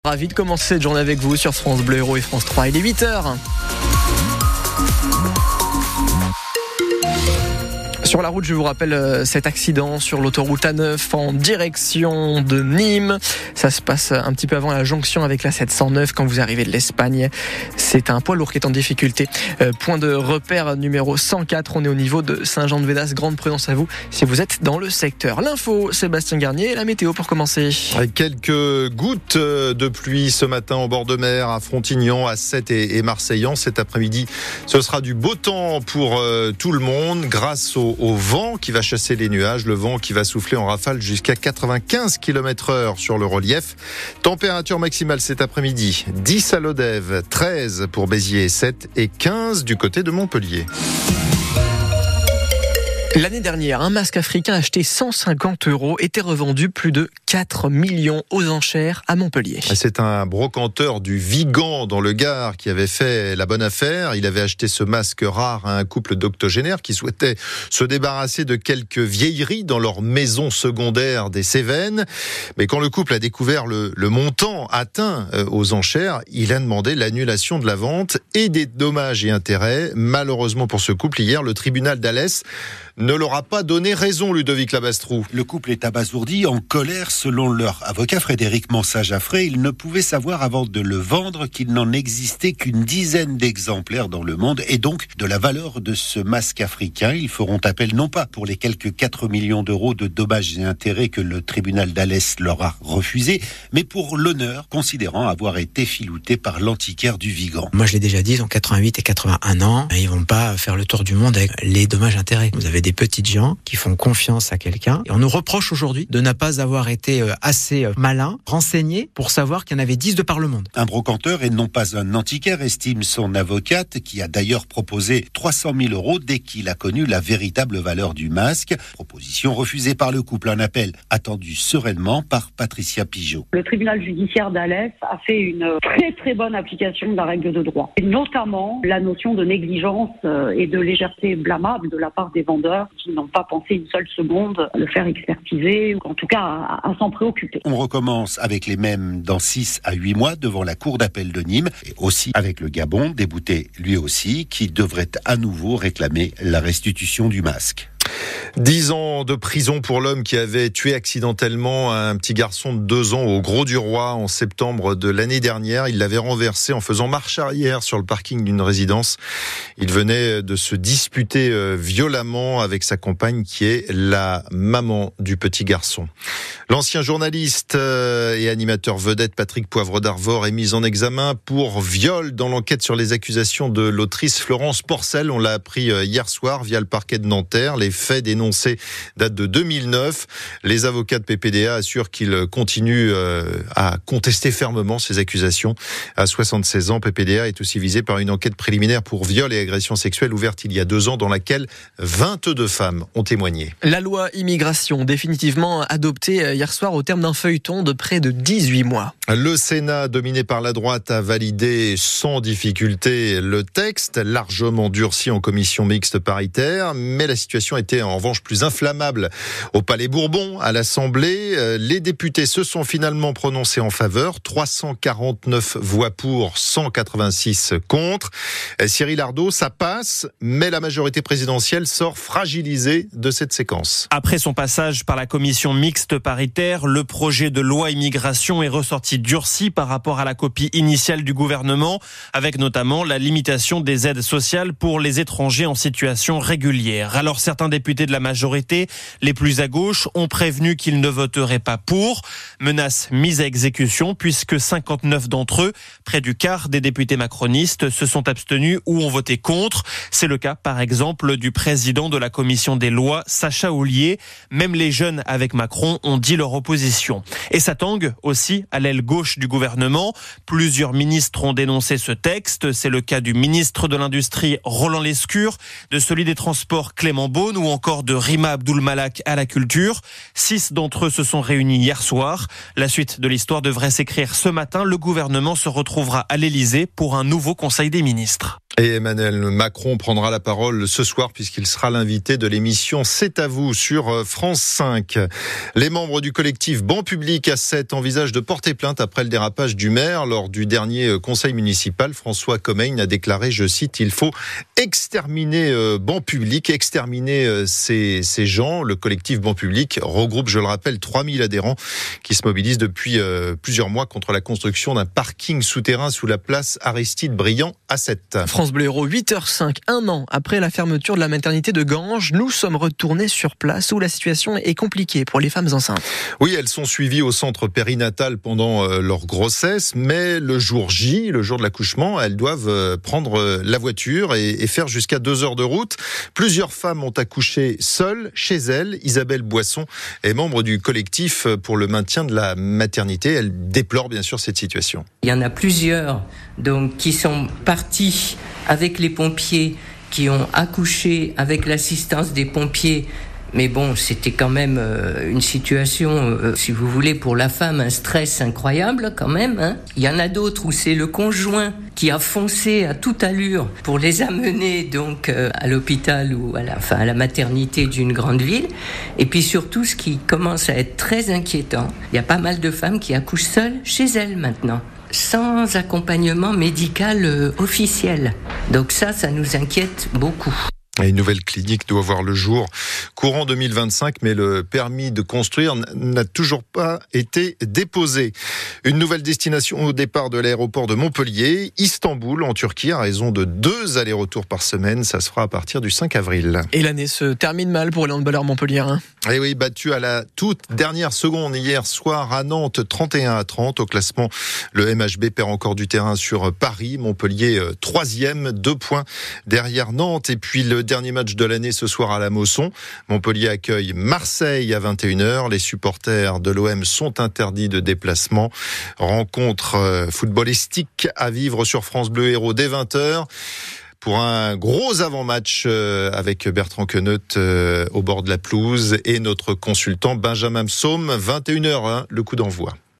Ravi de commencer cette journée avec vous sur France Bleu Héros et France 3. Il est 8h. Sur la route, je vous rappelle cet accident sur l'autoroute A9 en direction de Nîmes. Ça se passe un petit peu avant la jonction avec la 709 quand vous arrivez de l'Espagne. C'est un poids lourd qui est en difficulté. Point de repère numéro 104. On est au niveau de Saint-Jean-de-Védas. Grande prudence à vous si vous êtes dans le secteur. L'info, Sébastien Garnier, et la météo pour commencer. Quelques gouttes de pluie ce matin en bord de mer à Frontignan, à Sète et Marseillan. Cet après-midi, ce sera du beau temps pour tout le monde grâce au vent qui va chasser les nuages, le vent qui va souffler en rafale jusqu'à 95 km/h sur le relief. Température maximale cet après-midi, 10 à Lodève, 13 pour Béziers et Sète et 15 du côté de Montpellier. L'année dernière, un masque africain acheté 150 € était revendu plus de 4 millions aux enchères à Montpellier. C'est un brocanteur du Vigan dans le Gard qui avait fait la bonne affaire. Il avait acheté ce masque rare à un couple d'octogénaires qui souhaitait se débarrasser de quelques vieilleries dans leur maison secondaire des Cévennes. Mais quand le couple a découvert le montant atteint aux enchères, il a demandé l'annulation de la vente et des dommages et intérêts. Malheureusement pour ce couple, hier, le tribunal d'Alès ne leur a pas donné raison, Ludovic Labastrou. Le couple est abasourdi, en colère. Selon leur avocat Frédéric Mansart-Jaffray, ils ne pouvaient savoir avant de le vendre qu'il n'en existait qu'une dizaine d'exemplaires dans le monde et donc de la valeur de ce masque africain. Ils feront appel non pas pour les quelques 4 millions d'euros de dommages et intérêts que le tribunal d'Alès leur a refusé, mais pour l'honneur, considérant avoir été filouté par l'antiquaire du Vigan. Moi je l'ai déjà dit, ils ont 88 et 81 ans, ils vont pas faire le tour du monde avec les dommages et intérêts. Vous avez des petites gens qui font confiance à quelqu'un et on nous reproche aujourd'hui de ne pas avoir été assez malin, renseigné pour savoir qu'il y en avait 10 de par le monde. Un brocanteur et non pas un antiquaire, estime son avocate, qui a d'ailleurs proposé 300 000 € dès qu'il a connu la véritable valeur du masque. Proposition refusée par le couple. Un appel attendu sereinement par Patricia Pigeot. Le tribunal judiciaire d'Alès a fait une très très bonne application de la règle de droit, et notamment la notion de négligence et de légèreté blâmable de la part des vendeurs qui n'ont pas pensé une seule seconde à le faire expertiser ou en tout cas à s'en préoccuper. On recommence avec les mêmes dans 6 à 8 mois devant la cour d'appel de Nîmes et aussi avec le Gabon, débouté lui aussi, qui devrait à nouveau réclamer la restitution du masque. 10 ans de prison pour l'homme qui avait tué accidentellement un petit garçon de 2 ans au Grau-du-Roi en septembre de l'année dernière. Il l'avait renversé en faisant marche arrière sur le parking d'une résidence. Il venait de se disputer violemment avec sa compagne qui est la maman du petit garçon. L'ancien journaliste et animateur vedette Patrick Poivre d'Arvor est mis en examen pour viol dans l'enquête sur les accusations de l'autrice Florence Porcel. On l'a appris hier soir via le parquet de Nanterre. Les faits dénoncés datent de 2009. Les avocats de PPDA assurent qu'ils continuent à contester fermement ces accusations. À 76 ans, PPDA est aussi visé par une enquête préliminaire pour viol et agression sexuelle ouverte il y a 2 ans dans laquelle 22 femmes ont témoigné. La loi immigration définitivement adoptée hier soir au terme d'un feuilleton de près de 18 mois. Le Sénat, dominé par la droite, a validé sans difficulté le texte, largement durci en commission mixte paritaire, mais la situation était en revanche plus inflammable au Palais Bourbon, à l'Assemblée. Les députés se sont finalement prononcés en faveur, 349 voix pour, 186 contre. Cyril Ardo, ça passe, mais la majorité présidentielle sort fragilisée de cette séquence. Après son passage par la commission mixte paritaire, le projet de loi immigration est ressorti durci par rapport à la copie initiale du gouvernement, avec notamment la limitation des aides sociales pour les étrangers en situation régulière. Alors certains députés de la majorité, les plus à gauche, ont prévenu qu'ils ne voteraient pas pour. Menace mise à exécution puisque 59 d'entre eux, près du quart des députés macronistes, se sont abstenus ou ont voté contre. C'est le cas par exemple du président de la commission des lois, Sacha Houlié. Même les jeunes avec Macron ont dit leur opposition. Et ça tangue aussi à l'aile gauche du gouvernement. Plusieurs ministres ont dénoncé ce texte. C'est le cas du ministre de l'Industrie Roland Lescure, de celui des Transports Clément Beaune ou encore de Rima Abdul-Malak à la culture. 6 d'entre eux se sont réunis hier soir. La suite de l'histoire devrait s'écrire ce matin. Le gouvernement se retrouvera à l'Élysée pour un nouveau Conseil des ministres. Et Emmanuel Macron prendra la parole ce soir puisqu'il sera l'invité de l'émission C'est à vous sur France 5. Les membres du collectif Banc Public à 7 envisagent de porter plainte après le dérapage du maire. Lors du dernier conseil municipal, François Commegne a déclaré, je cite, « Il faut exterminer Banc Public, exterminer ces gens ». Le collectif Banc Public regroupe, je le rappelle, 3000 adhérents qui se mobilisent depuis plusieurs mois contre la construction d'un parking souterrain sous la place Aristide Briand à 7. France Bleu Héros, 8h05, un an après la fermeture de la maternité de Ganges, nous sommes retournés sur place où la situation est compliquée pour les femmes enceintes. Oui, elles sont suivies au centre périnatal pendant leur grossesse, mais le jour J, le jour de l'accouchement, elles doivent prendre la voiture et faire jusqu'à 2 heures de route. Plusieurs femmes ont accouché seules chez elles. Isabelle Boisson est membre du collectif pour le maintien de la maternité. Elle déplore bien sûr cette situation. Il y en a plusieurs donc, qui sont partis avec les pompiers, qui ont accouché avec l'assistance des pompiers. Mais bon, c'était quand même une situation, si vous voulez, pour la femme, un stress incroyable quand même. Hein. Il y en a d'autres où c'est le conjoint qui a foncé à toute allure pour les amener donc à l'hôpital ou à la maternité d'une grande ville. Et puis surtout, ce qui commence à être très inquiétant, il y a pas mal de femmes qui accouchent seules chez elles maintenant, sans accompagnement médical officiel. Donc ça nous inquiète beaucoup. Une nouvelle clinique doit voir le jour courant 2025, mais le permis de construire n'a toujours pas été déposé. Une nouvelle destination au départ de l'aéroport de Montpellier, Istanbul en Turquie, à raison de 2 allers-retours par semaine. Ça se fera à partir du 5 avril. Et l'année se termine mal pour les handballeurs montpelliérains. Et oui, battu à la toute dernière seconde hier soir à Nantes, 31-30. Au classement, le MHB perd encore du terrain sur Paris. Montpellier, 3e, 2 points derrière Nantes. Et puis le dernier match de l'année ce soir à la Mosson. Montpellier accueille Marseille à 21h. Les supporters de l'OM sont interdits de déplacement. Rencontre footballistique à vivre sur France Bleu Héros dès 20h. Pour un gros avant-match avec Bertrand Queneut au bord de la pelouse et notre consultant Benjamin Psaume, 21h, le coup d'envoi.